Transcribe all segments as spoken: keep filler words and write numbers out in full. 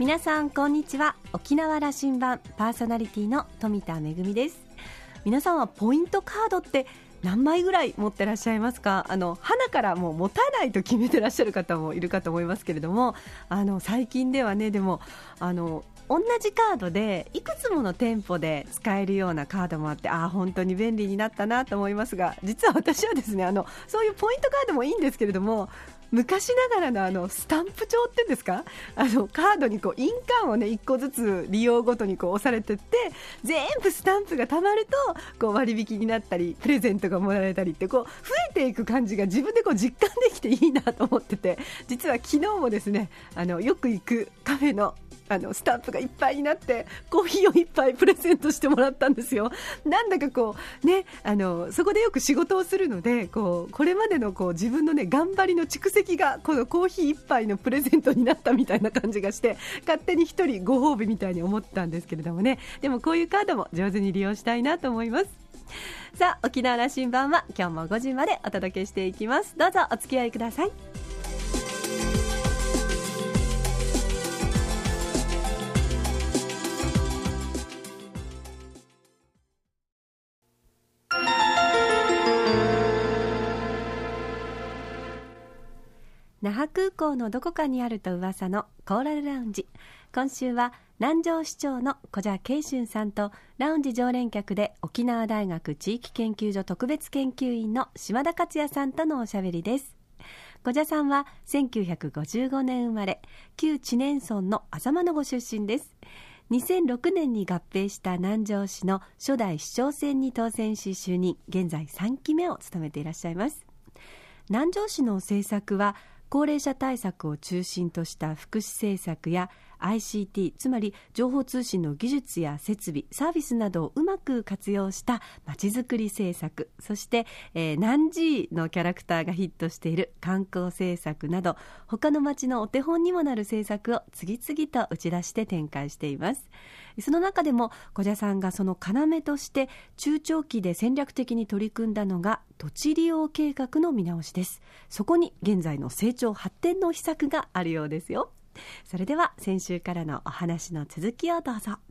皆さんこんにちは。沖縄羅針盤パーソナリティの富田恵です。皆さんはポイントカードって何枚ぐらい持ってらっしゃいますか？あの花からもう持たないと決めてらっしゃる方もいるかと思いますけれども、あの最近ではね、でもあの同じカードでいくつもの店舗で使えるようなカードもあって、あ本当に便利になったなと思いますが、実は私はですね、あのそういうポイントカードもいいんですけれども、昔ながらのあのスタンプ帳っていうんですか、あのカードにこう印鑑をねいっこずつ利用ごとにこう押されてって、全部スタンプがたまるとこう割引になったりプレゼントがもらえたりってこう増えていく感じが自分でこう実感できていいなと思ってて、実は昨日もですね、あのよく行くカフェのあのスタンプがいっぱいになってコーヒーをいっぱいプレゼントしてもらったんですよ。なんだかこう、ね、あのそこでよく仕事をするので、こうこれまでのこう自分の、ね、頑張りの蓄積がこのコーヒーいっぱいのプレゼントになったみたいな感じがして、勝手に一人ご褒美みたいに思ったんですけれどもね、でもこういうカードも上手に利用したいなと思います。さあ沖縄羅針盤は今日もごじまでお届けしていきます。どうぞお付き合いください。那覇空港のどこかにあると噂のコーラルラウンジ。今週は南城市長の小謝慶春さんとラウンジ常連客で沖縄大学地域研究所特別研究員の島田克也さんとのおしゃべりです。小謝さんはせんきゅうひゃくごじゅうごねん生まれ、旧知念村のあざまのご出身です。にせんろくねんに合併した南城市の初代市長選に当選し就任、現在さんきめを務めていらっしゃいます。南城市の政策は高齢者対策を中心とした福祉政策や アイシーティー、 つまり情報通信の技術や設備サービスなどをうまく活用したまちづくり政策、そして、えー、南寺のキャラクターがヒットしている観光政策など、他の町のお手本にもなる政策を次々と打ち出して展開しています。その中でも小謝さんがその要として中長期で戦略的に取り組んだのが土地利用計画の見直しです。そこに現在の成長発展の秘策があるようですよ。それでは先週からのお話の続きをどうぞ。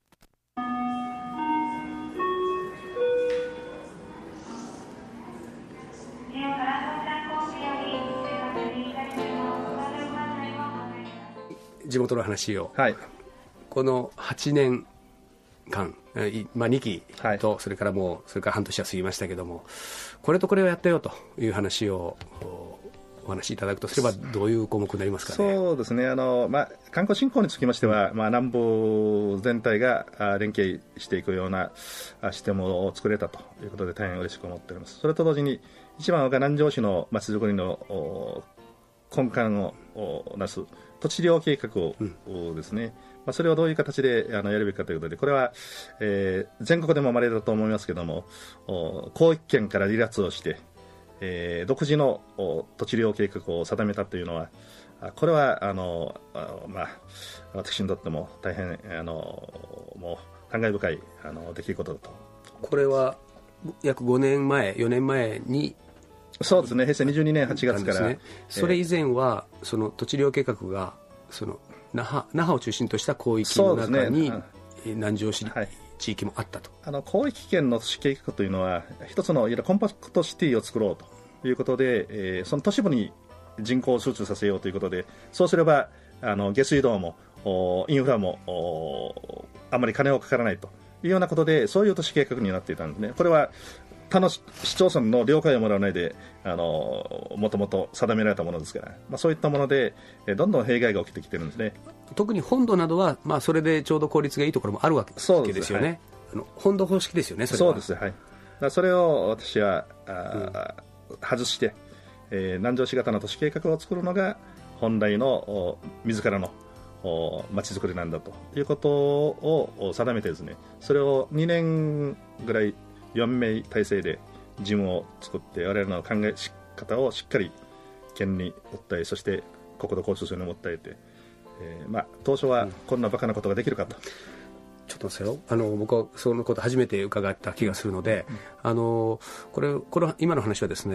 地元の話を、 はい、 このはちねんかん、まあ、にきと、はい、それからもうそれから半年は過ぎましたけども、これとこれをやったよという話をお話しいただくとすればどういう項目になりますかね。 そうですね、あの、まあ、観光振興につきましては、まあ、南部全体が連携していくようなシステムを作れたということで大変嬉しく思っております。それと同時に一番は南城市のまちづくりの根幹をなす土地利用計画をですね、うん、まあ、それをどういう形であのやるべきかということで、これは、えー、全国でもまれだと思いますけども、広域圏から離脱をして、えー、独自の土地利用計画を定めたというのは、これはあのあ、まあ、私にとっても大変あのもう感慨深いあの出来事だと。 これは約ごねんまえよねんまえに、 そうですね、平成にじゅうにねんはちがつから、ね、 それ以前はその土地利用計画がその那覇、那覇を中心とした広域の中に、ね、南城市、はい、地域もあったと。 あの広域圏の都市計画というのは一つのいわゆるコンパクトシティを作ろうということで、えー、その都市部に人口を集中させようということで、そうすればあの下水道もインフラもあまり金をかからないというようなことで、そういう都市計画になっていたんですね。これは他の市町村の了解をもらわないであのもともと定められたものですから、まあ、そういったものでどんどん弊害が起きてきてるんですね。 特に本土などは、まあ、それでちょうど効率がいいところもあるわけですよね。そうです、はい、あの本土方式ですよね。それはそうです、はい、だそれを私はあ、うん、外して、えー、南城市型の都市計画を作るのが本来の自らのまちづくりなんだということを定めてですね、それをにねんぐらいよんめい体制で事務を作って、我々の考え方をしっかり県に訴え、そして国土交通省にも訴えて、えーまあ、当初はこんなバカなことができるかと、うん、 ちょっと待ってよ、あの僕はそのこと初めて伺った気がするので、うん、あのこれこれ今の話はですね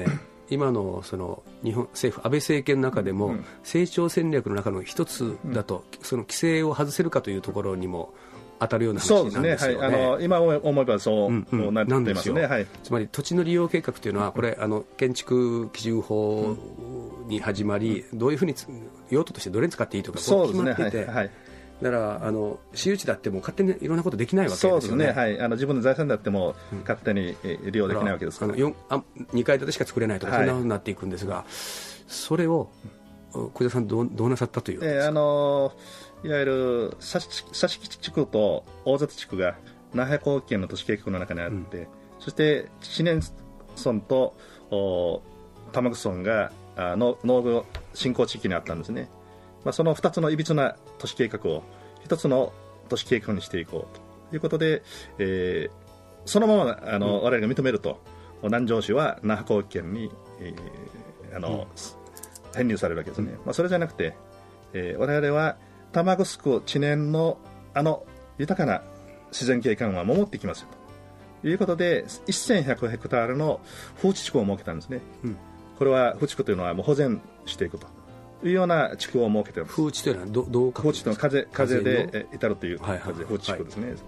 今のその日本政府安倍政権の中でも、うん、成長戦略の中の一つだと、うん、その規制を外せるかというところにも当たるような話なんですよね。 そうですね、はい、あの今思えばそう、うんうん、なってますね、はい、 つまり土地の利用計画というのはこれあの建築基準法に始まり、うん、どういうふうに用途としてどれに使っていいとかこう決まっていて、はいはい、だからあの私有地だっても勝手にいろんなことできないわけですよね。 そうですね、はい、あの自分の財産だっても勝手に利用できないわけですから、 うん、あのあにかい建てしか作れないとか、はい、そんなふうになっていくんですが、それを小田さんどう、どうなさったというわけですか。 えー、あのいわゆる佐敷地区と大里地区が那覇高原の都市計画の中にあって、うん、そして知念村と玉城村があの農業振興地域にあったんですね。まあ、そのふたつのいびつな都市計画をひとつの都市計画にしていこうということで、えー、そのままあの、うん、我々が認めると南城市は那覇高原に、えー、あの、うん、編入されるわけですね。まあ、それじゃなくて、えー、我々は玉城知念のあの豊かな自然景観は守っていきますよということでせんひゃくヘクタールの風地地区を設けたんですね。うん、これは風地区というのはもう保全していくというような地区を設けています。 風地というのはどどうか。 風地というのは風、風で至るという、はいはい、風地地区ですね。はい、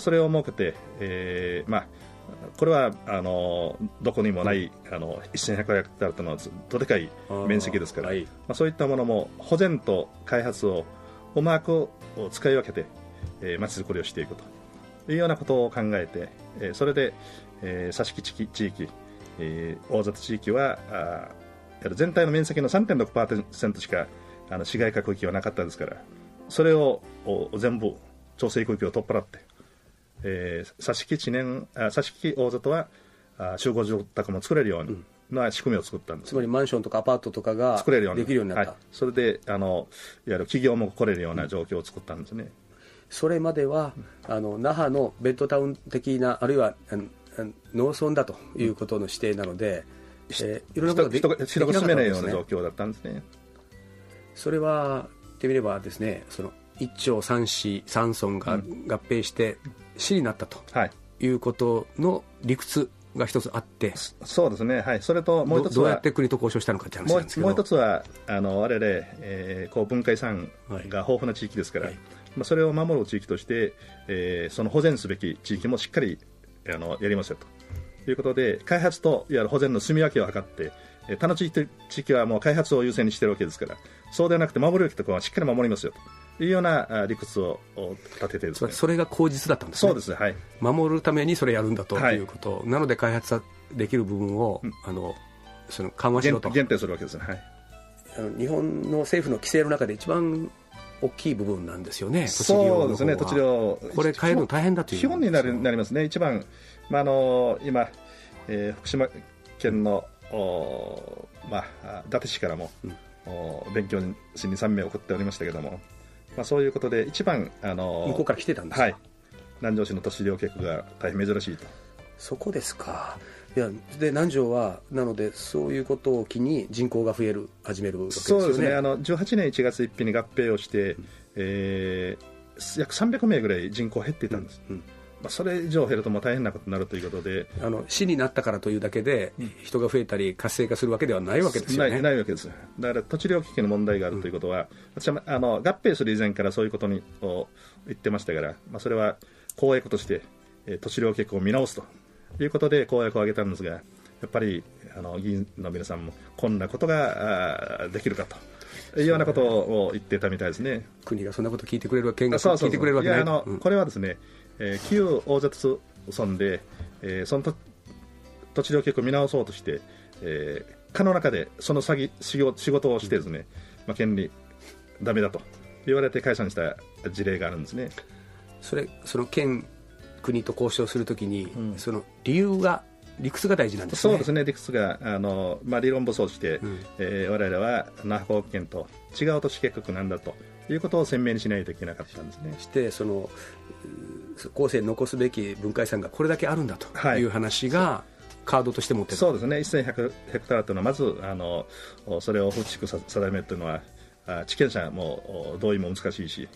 それを設けて、えーまあ、これはあのどこにもない、うん、あのせんひゃくヘクタールというのはどでかい面積ですから、はい、まあ、そういったものも保全と開発をうまく使い分けて、えー、町づくりをしていくというようなことを考えて、えー、それで、えー、佐敷地域、えー、大里地域はあ全体の面積の さんてんろくパーセント しかあの市街化区域はなかったですから、それを全部調整区域を取っ払って、えー、佐敷知念あ佐敷大里はあ集合住宅も作れるように、うんな仕組みを作ったんです。 つまりマンションとかアパートとかが作れるようにできるようになった、はい、 それであのいわゆる企業も来れるような状況を作ったんですね。 それまでは、うん、あの那覇のベッドタウン的なあるいは農村だということの指定なので、うん、えー、いろんなことができなかったんですね。人が住めないような状況だったんですね。 それは言ってみればですね、その一町三市三村が合併して市になったということの理屈が一つあって、 そうですね、はい、それともう一つは ど, どうやって国と交渉したのかって話なんですけど、 もう一つはあの我々、えー、こう文化遺産が豊富な地域ですから、はい、まあ、それを守る地域として、えー、その保全すべき地域もしっかりあのやりますよということで、開発といわゆる保全の住み分けを図って、えー、他の地域はもう開発を優先にしているわけですから、そうではなくて守るべきところはしっかり守りますよというような理屈を立ててですね、 それが口実だったんですね。 そうですね、はい、 守るためにそれやるんだということ、はい、なので開発できる部分を、うん、あのその緩和しろと限定するわけですね、はい、 あの日本の政府の規制の中で一番大きい部分なんですよね。 そうですね、土地量これ変えるの大変だという基本になり、なりますね。一番、まあ、あの今、えー、福島県のまあ、伊達市からも、うん、勉強しにさんめい送っておりましたけども、まあ、そういうことで一番あの向こうから来てたんですか。はい、 南城市の都市量計画が大変珍しいと。 そこですか。いやで南城はなのでそういうことを機に人口が増える始めるわけですよね。 そうですね、あのじゅうはちねんいちがつついたちに合併をして、うん、えー、約さんびゃくめいぐらい人口減っていたんです、うんうん、まあ、それ以上減るともう大変なことになるということで、 あの市になったからというだけで人が増えたり活性化するわけではないわけですよね。 ない、ないわけです。だから土地量危機の問題があるということは、うん、私はあの合併する以前からそういうことに言ってましたから、まあ、それは公約として、えー、土地量計画を見直すということで公約を挙げたんですが、やっぱりあの議員の皆さんもこんなことができるかというようなことを言ってたみたいですね。 国がそんなこと聞いてくれるわけ、県が聞いてくれるわけない。 いや、あの、うん、これはですね、えー、旧大里村で、えー、そのと土地量計画を見直そうとして、えー、可の中でその詐欺仕事をしてですね、うん、まあ、権利ダメだと言われて解散した事例があるんですね。 それその県国と交渉するときに、うん、その理由が理屈が大事なんですね。 そうですね、理屈があの、まあ、理論武装して、うん、えー、我々は那覇高原と違う都市計画なんだということを鮮明にしないといけなかったんですね。 してその後世に残すべき文化遺産がこれだけあるんだという話が、はい、カードとして持ってる。 そうですね、せんひゃくヘクタールというのはまずあのそれを風地区定めるというのは地権者も同意も難しいし、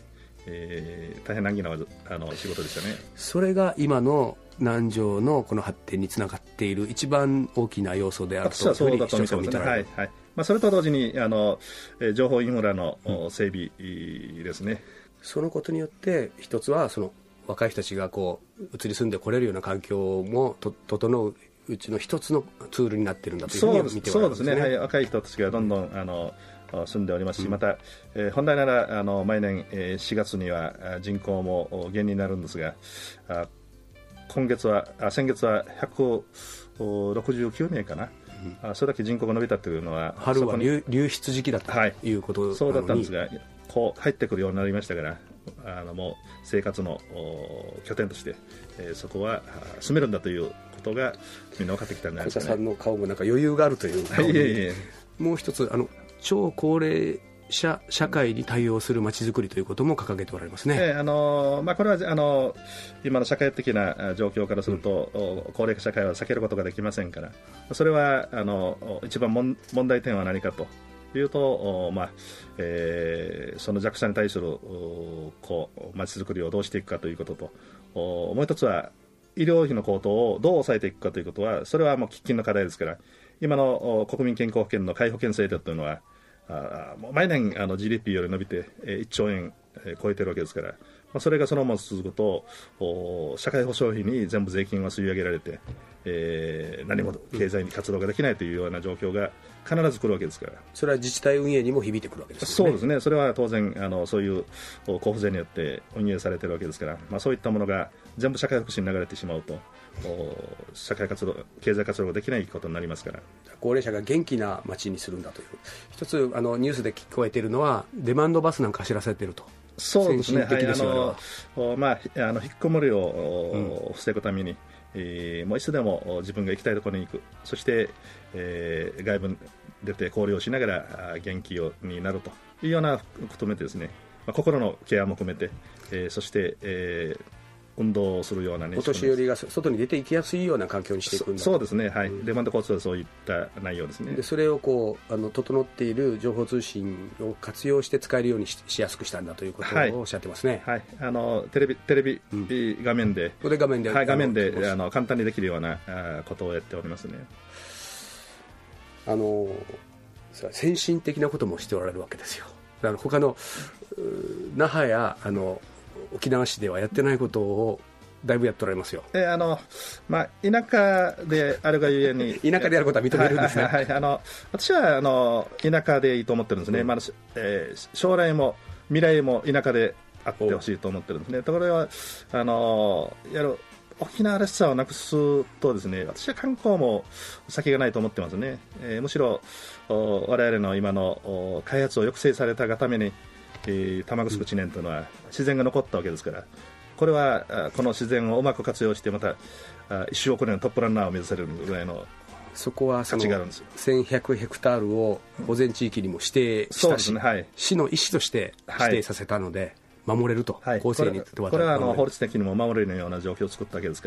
えー、大変難儀なあの仕事でしたね。 それが今の南城のこの発展につながっている一番大きな要素であるというふうに視聴者は見ておられる。 はいはい、まあ、それと同時にあの情報インフラの整備ですね、うん、 そのことによって一つはその若い人たちがこう移り住んでこれるような環境もと整ううちの一つのツールになっているんだというふうに見ておられるんですね。 そうですね、はい、若い人たちがどんどん、うん、あの住んでおりますし、また、えー、本来ならあの毎年、えー、しがつには人口も減になるんですが、あ今月はあ先月はひゃくろくじゅうきゅうめいかな、うん、あそれだけ人口が伸びたというのは春は 流, 流出時期だったということなのに、はい、 そうだったんですがこう入ってくるようになりましたから、あのもう生活の拠点として、えー、そこは住めるんだということがみんな分かってきたんじゃないですかね。 小田さんの顔もなんか余裕があるという顔に、いえいえ、もう一つあの超高齢者社会に対応するまちづくりということも掲げておられますね。 えーあのまあ、これはあの今の社会的な状況からすると、うん、高齢社会は避けることができませんから、それはあの一番問題点は何かというと、まあえー、その弱者に対するこうまちづくりをどうしていくかということと、もう一つは医療費の高騰をどう抑えていくかということは、それはもう喫緊の課題ですから、今の国民健康保険の皆保険制度というのはあもう毎年あの ジーディーピー より伸びていっちょうえん超えてるわけですから、まあ、それがそのまま続くと社会保障費に全部税金は吸い上げられて、えー、何も経済に活動ができないというような状況が必ず来るわけですから、 それは自治体運営にも響いてくるわけですよね。 そうですね、それは当然あのそういう交付税によって運営されているわけですから、まあ、そういったものが全部社会福祉に流れてしまうと社会活動経済活動ができないことになりますから、 高齢者が元気な街にするんだという。一つあのニュースで聞こえているのはデマンドバスなんか走らせていると。 そうですね、 先進的ですよ、 はい、あのまあ、あの引っこもりを防ぐために、うんえー、もういつでも自分が行きたいところに行く、そして、えー、外部に出て交流をしながら元気になるというようなこともですね、まあ、心のケアも含めて、えー、そして、えー運動をするような、ね、 お年寄りが外に出て行きやすいような環境にしていくんだと。 そ, そうですね、はい、うん、デマンド交通はそういった内容ですね。 でそれをこうあの整っている情報通信を活用して使えるように し, しやすくしたんだということをおっしゃってますね。 はいはい、あのテレビ、テレビ画面で、 うん、画面で、 はい、画面であの簡単にできるようなあことをやっておりますね。 あの先進的なこともしておられるわけですよ。あの他の那覇やあの沖縄市ではやってないことをだいぶやっておられますよ。 えあのまあ、田舎であるがゆえに田舎でやることは認めるんですね。 はいはいはい、あの私はあの田舎でいいと思ってるんですね、うんまあえー、将来も未来も田舎であってほしいと思ってるんですね。ところがあのやる沖縄らしさをなくすとですね、私は観光も先がないと思ってますね。えー、むしろ我々の今の開発を抑制されたがために玉城知念というのは自然が残ったわけですから、これはこの自然をうまく活用してまた一生億年のトップランナーを目指せるぐらいのそこはそのせんひゃくヘクタールを保全地域にも指定したし、 ねはい、 市の意思として指定させたので守れると、 はい、 後世にこれ、これはあの法律的にも守れるような状況を作ったわけですから、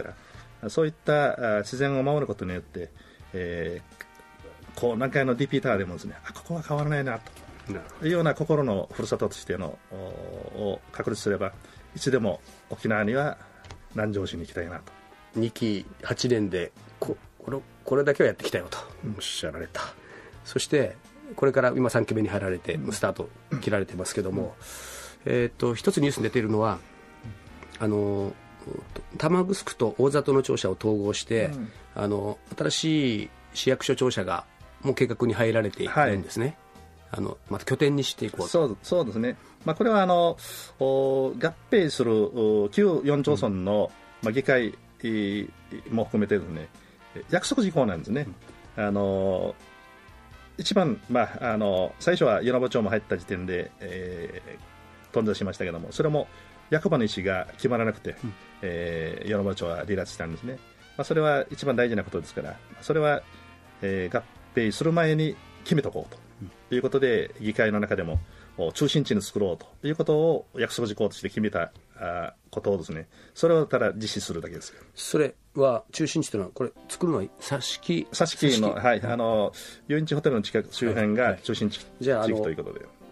そういった自然を守ることによって、えー、こう何回のリピーターでもですね、あここは変わらないなというような心のふるさととしてのを確立すれば、いつでも沖縄には南城市に行きたいなと。 にきはちねんで こ, こ, れこれだけはやってきたよとおっしゃられた、うん、そしてこれから今さんきめに入られて、うん、スタート切られてますけども、うんえー、と一つニュースに出ているのは、うん、あの玉城と大里の庁舎を統合して、うん、あの新しい市役所庁舎がもう計画に入られているんですね、はいあのまた拠点にしていこうと。 そうそうですね、まあ、これはあの合併する旧よん町村の、まあ、議会も含めてですね、約束事項なんですね、うん、あの一番、まあ、あの最初は与那原町も入った時点で、えー、頓挫しましたけども、それも役場の意思が決まらなくて、うんえー、与那原町は離脱したんですね、まあ、それは一番大事なことですから、それは、えー、合併する前に決めとこうとということで、議会の中でも中心地に作ろうということを約束事項として決めたことをですね、それをただ実施するだけです。 それは中心地というのはこれ作るのは佐敷佐敷の、はい、あの遊園地ホテルの近く周辺が中心地、 はいはい、 地域ということで、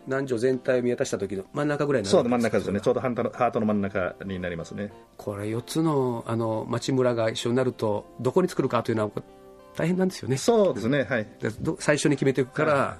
南城全体を見渡した時の真ん中ぐらいになるんですか？ そう真ん中ですよね。ちょうどハートの真ん中になりますね。 これよっつ の, あの町村が一緒になるとどこに作るかというのは大変なんですよね。 そうですね、はい、 最初に決めていくから、はい、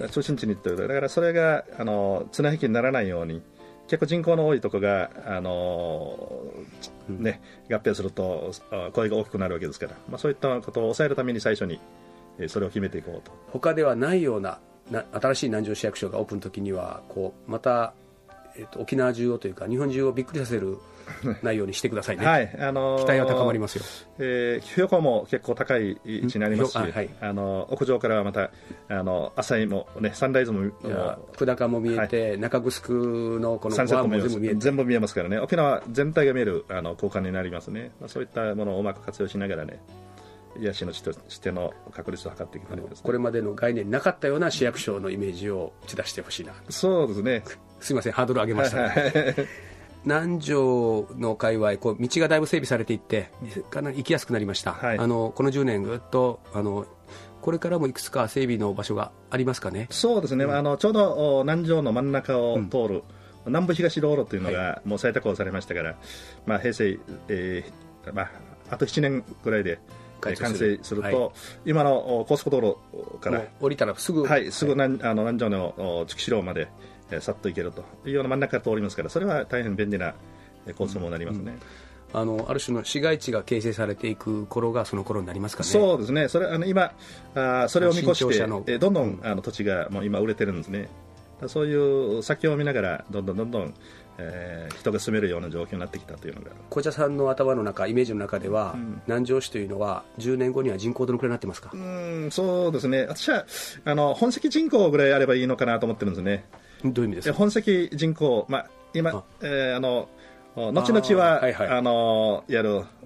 中心地に行ってる。だからそれがあの綱引きにならないように、結構人口の多いところが、あのーね、合併すると声が大きくなるわけですから、まあ、そういったことを抑えるために最初にそれを決めていこうと。 他ではないよう な, な新しい南城市役所がオープンの時にはこうまた、えー、と沖縄中をというか日本中をびっくりさせる内容にしてくださいね。はい、あのー、期待は高まりますよ。 えー、標高も結構高い位置になりますし、あ、はい、あの屋上からはまたあの朝日も、ね、サンライズも久高も見えて、はい、中城のこのサンセットも全部見えて全部見えますからね。沖縄全体が見えるあの空間になりますね。まあ、そういったものをうまく活用しながらね、癒しの地としての確率を図っていく、ね、 これまでの概念になかったような市役所のイメージを打ち出してほしいな。 そうですね。 すいません、ハードル上げました、ね。南城の界隈こう道がだいぶ整備されていってかなり行きやすくなりました、はい、あのこのじゅうねんぐっとあのこれからもいくつか整備の場所がありますかね。 そうですね、うん、あのちょうど南城の真ん中を通る、うん、南部東道路というのがもう採択をされましたから、はい、まあ、平成、えーまあ、あとななねんぐらいで完成すると、はい、今の高速道路から降りたらすぐ、 はい、すぐ南、はい、あの南城の筑紫楼までさっと行けるというような真ん中から通りますから、それは大変便利な交通網になりますね。 うん、あのある種の市街地が形成されていく頃がその頃になりますかね。 そうですね。それあの今あそれを見越してどんどんあの土地がもう今売れてるんですね。そういう先を見ながらどんどんどんどん、えー、人が住めるような状況になってきたというのが、 小茶さんの頭の中イメージの中では、うん、南城市というのはじゅうねんごには人口どのくらいになってますか？ うん、そうですね。私はあの本籍人口ぐらいあればいいのかなと思ってるんですね。 どういう意味ですか？ 本籍人口、まあ、今あ、えー、あの後々は あ、はいはい、あのいわゆる、うん、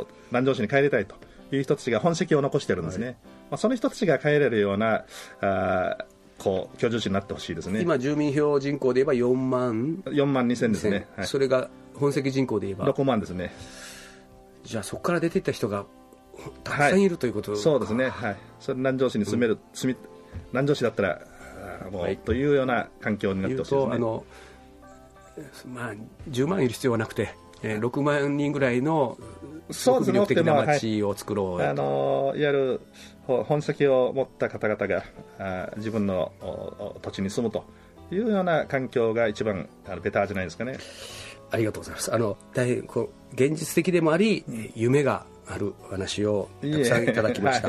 南城市に帰りたいという人たちが本籍を残しているんですね。はい、まあ、その人たちが帰れるようなあこう居住地になってほしいですね。 今住民票人口で言えばよんまんよんまんにせんですね。はい、 それが本籍人口で言えばろくまんですね。 じゃあそこから出ていった人がたくさんいるということ、はい、 そうですね。はい、それ南城市に住める、うん、住み南城市だったらもう、はい、というような環境になってほしいですね。あの、 まあ、じゅうまんいる必要はなくて、えー、ろくまんにんぐらいの魅力的な街を作ろう、 はい、あのいわゆる本籍を持った方々があ自分の土地に住むというような環境が一番ベターじゃないですかね。 ありがとうございます。あの大変こう現実的でもあり、うん、夢があるお話をたくさんいただきました。はい、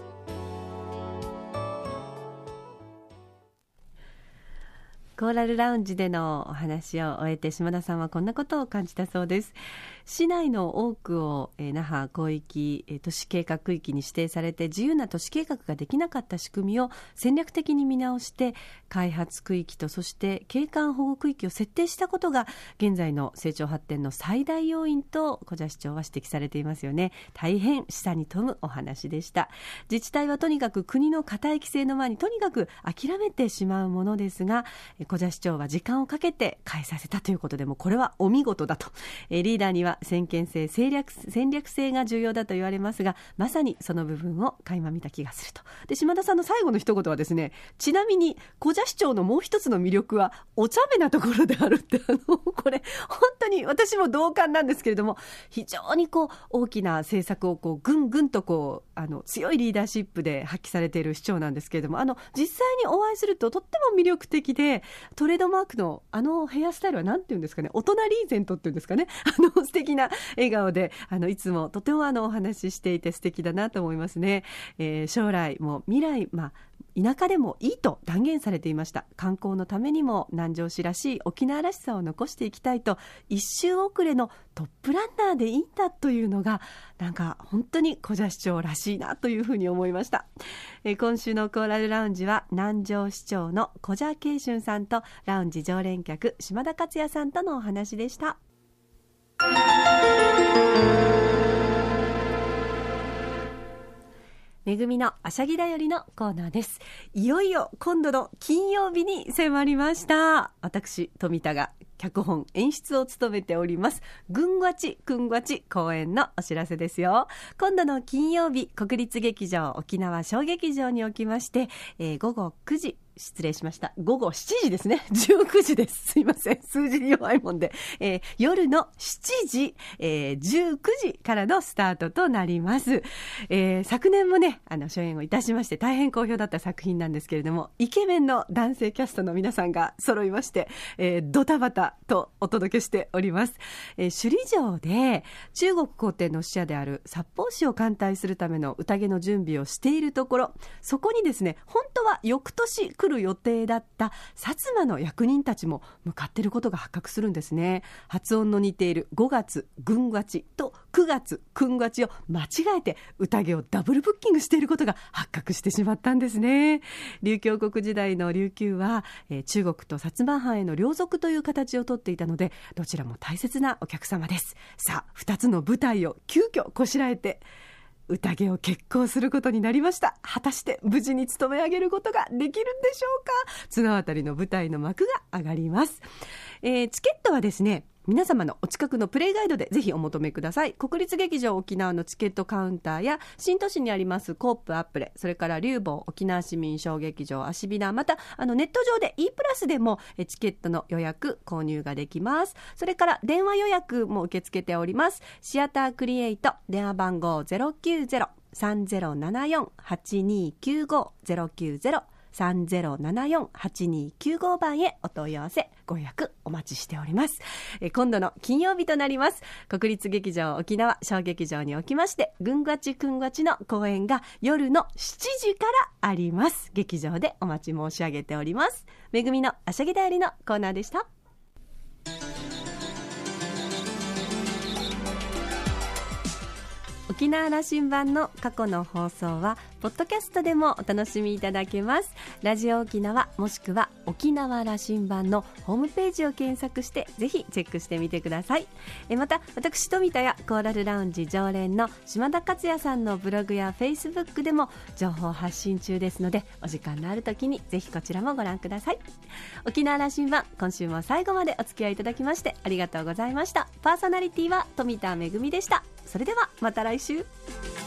コーラルラウンジでのお話を終えて島田さんはこんなことを感じたそうです。市内の多くを、えー、那覇広域、えー、都市計画区域に指定されて自由な都市計画ができなかった仕組みを戦略的に見直して開発区域とそして景観保護区域を設定したことが現在の成長発展の最大要因と小茶市長は指摘されていますよね。大変示唆に富むお話でした。自治体はとにかく国の固い規制の前にとにかく諦めてしまうものですが、小茶市長は時間をかけて変えさせたということでもこれはお見事だと。えー、リーダーには先見性戦略、戦略性が重要だと言われますが、まさにその部分を垣間見た気がすると。で島田さんの最後の一言はですね、ちなみに小茶市長のもう一つの魅力はお茶目なところであるってあのこれ本当に私も同感なんですけれども、非常にこう大きな政策をこうぐんぐんとこうあの強いリーダーシップで発揮されている市長なんですけれども、あの実際にお会いするととっても魅力的で、トレードマークのあのヘアスタイルは何て言うんですかね、大人リーゼントっていうんですかね、あの素敵な笑顔であのいつもとてもあのお話ししていて素敵だなと思いますね。えー、将来も未来、まあ田舎でもいいと断言されていました。観光のためにも南城市らしい沖縄らしさを残していきたいと、一周遅れのトップランナーでいいんだというのがなんか本当に小茶市長らしいなというふうに思いました。えー、今週のコーラルラウンジは南城市長の小茶慶春さんとラウンジ常連客島田克也さんとのお話でした。めぐみのあしゃぎだよりのコーナーです。いよいよ今度の金曜日に迫りました。私富田が脚本演出を務めておりますぐんわちくんわち公演のお知らせですよ。今度の金曜日、国立劇場沖縄小劇場におきまして、えー、ごごくじ、失礼しました、ごごしちじですね、じゅうくじです、すいません、数字に弱いもんで、えー、夜のしちじ、えー、じゅうくじからのスタートとなります。えー、昨年もね、あの初演をいたしまして大変好評だった作品なんですけれども、イケメンの男性キャストの皆さんが揃いまして、えー、ドタバタとお届けしております。えー、首里城で中国皇帝の使者である札幌市を歓待するための宴の準備をしているところ、そこにですね、本当は翌年来る予定だった薩摩の役人たちも向かっていることが発覚するんですね。発音の似ているごがつぐんわちとくがつくんわちを間違えて宴をダブルブッキングしていることが発覚してしまったんですね。琉球王国時代の琉球は、えー、中国と薩摩藩への領属という形をとっていたので、どちらも大切なお客様です。さあ、ふたつの舞台を急遽こしらえて宴を決行することになりました。果たして無事に務め上げることができるんでしょうか。綱渡りの舞台の幕が上がります。えー、チケットはですね、皆様のお近くのプレイガイドでぜひお求めください。国立劇場沖縄のチケットカウンターや新都市にありますコープアップレ、それから竜坊沖縄市民小劇場アシビナ、またあのネット上で E プラスでもチケットの予約購入ができます。それから電話予約も受け付けております。シアタークリエイト電話番号 ゼロきゅうゼロ さんゼロななよん はちにきゅうご ゼロきゅうゼロ さんゼロななよん はちにきゅうご 番へお問い合わせご予約お待ちしております。え今度の金曜日となります国立劇場沖縄小劇場におきましてぐんわちくんわちの公演が夜のしちじからあります。劇場でお待ち申し上げております。めぐみのあしゃぎだよりのコーナーでした。沖縄羅針盤の過去の放送はポッドキャストでもお楽しみいただけます。ラジオ沖縄もしくは沖縄羅針盤のホームページを検索してぜひチェックしてみてください。えまた私富田やコーラルラウンジ常連の島田克也さんのブログやフェイスブックでも情報発信中ですので、お時間のある時にぜひこちらもご覧ください。沖縄羅針盤、今週も最後までお付き合いいただきましてありがとうございました。パーソナリティは富田恵でした。それではまた来週。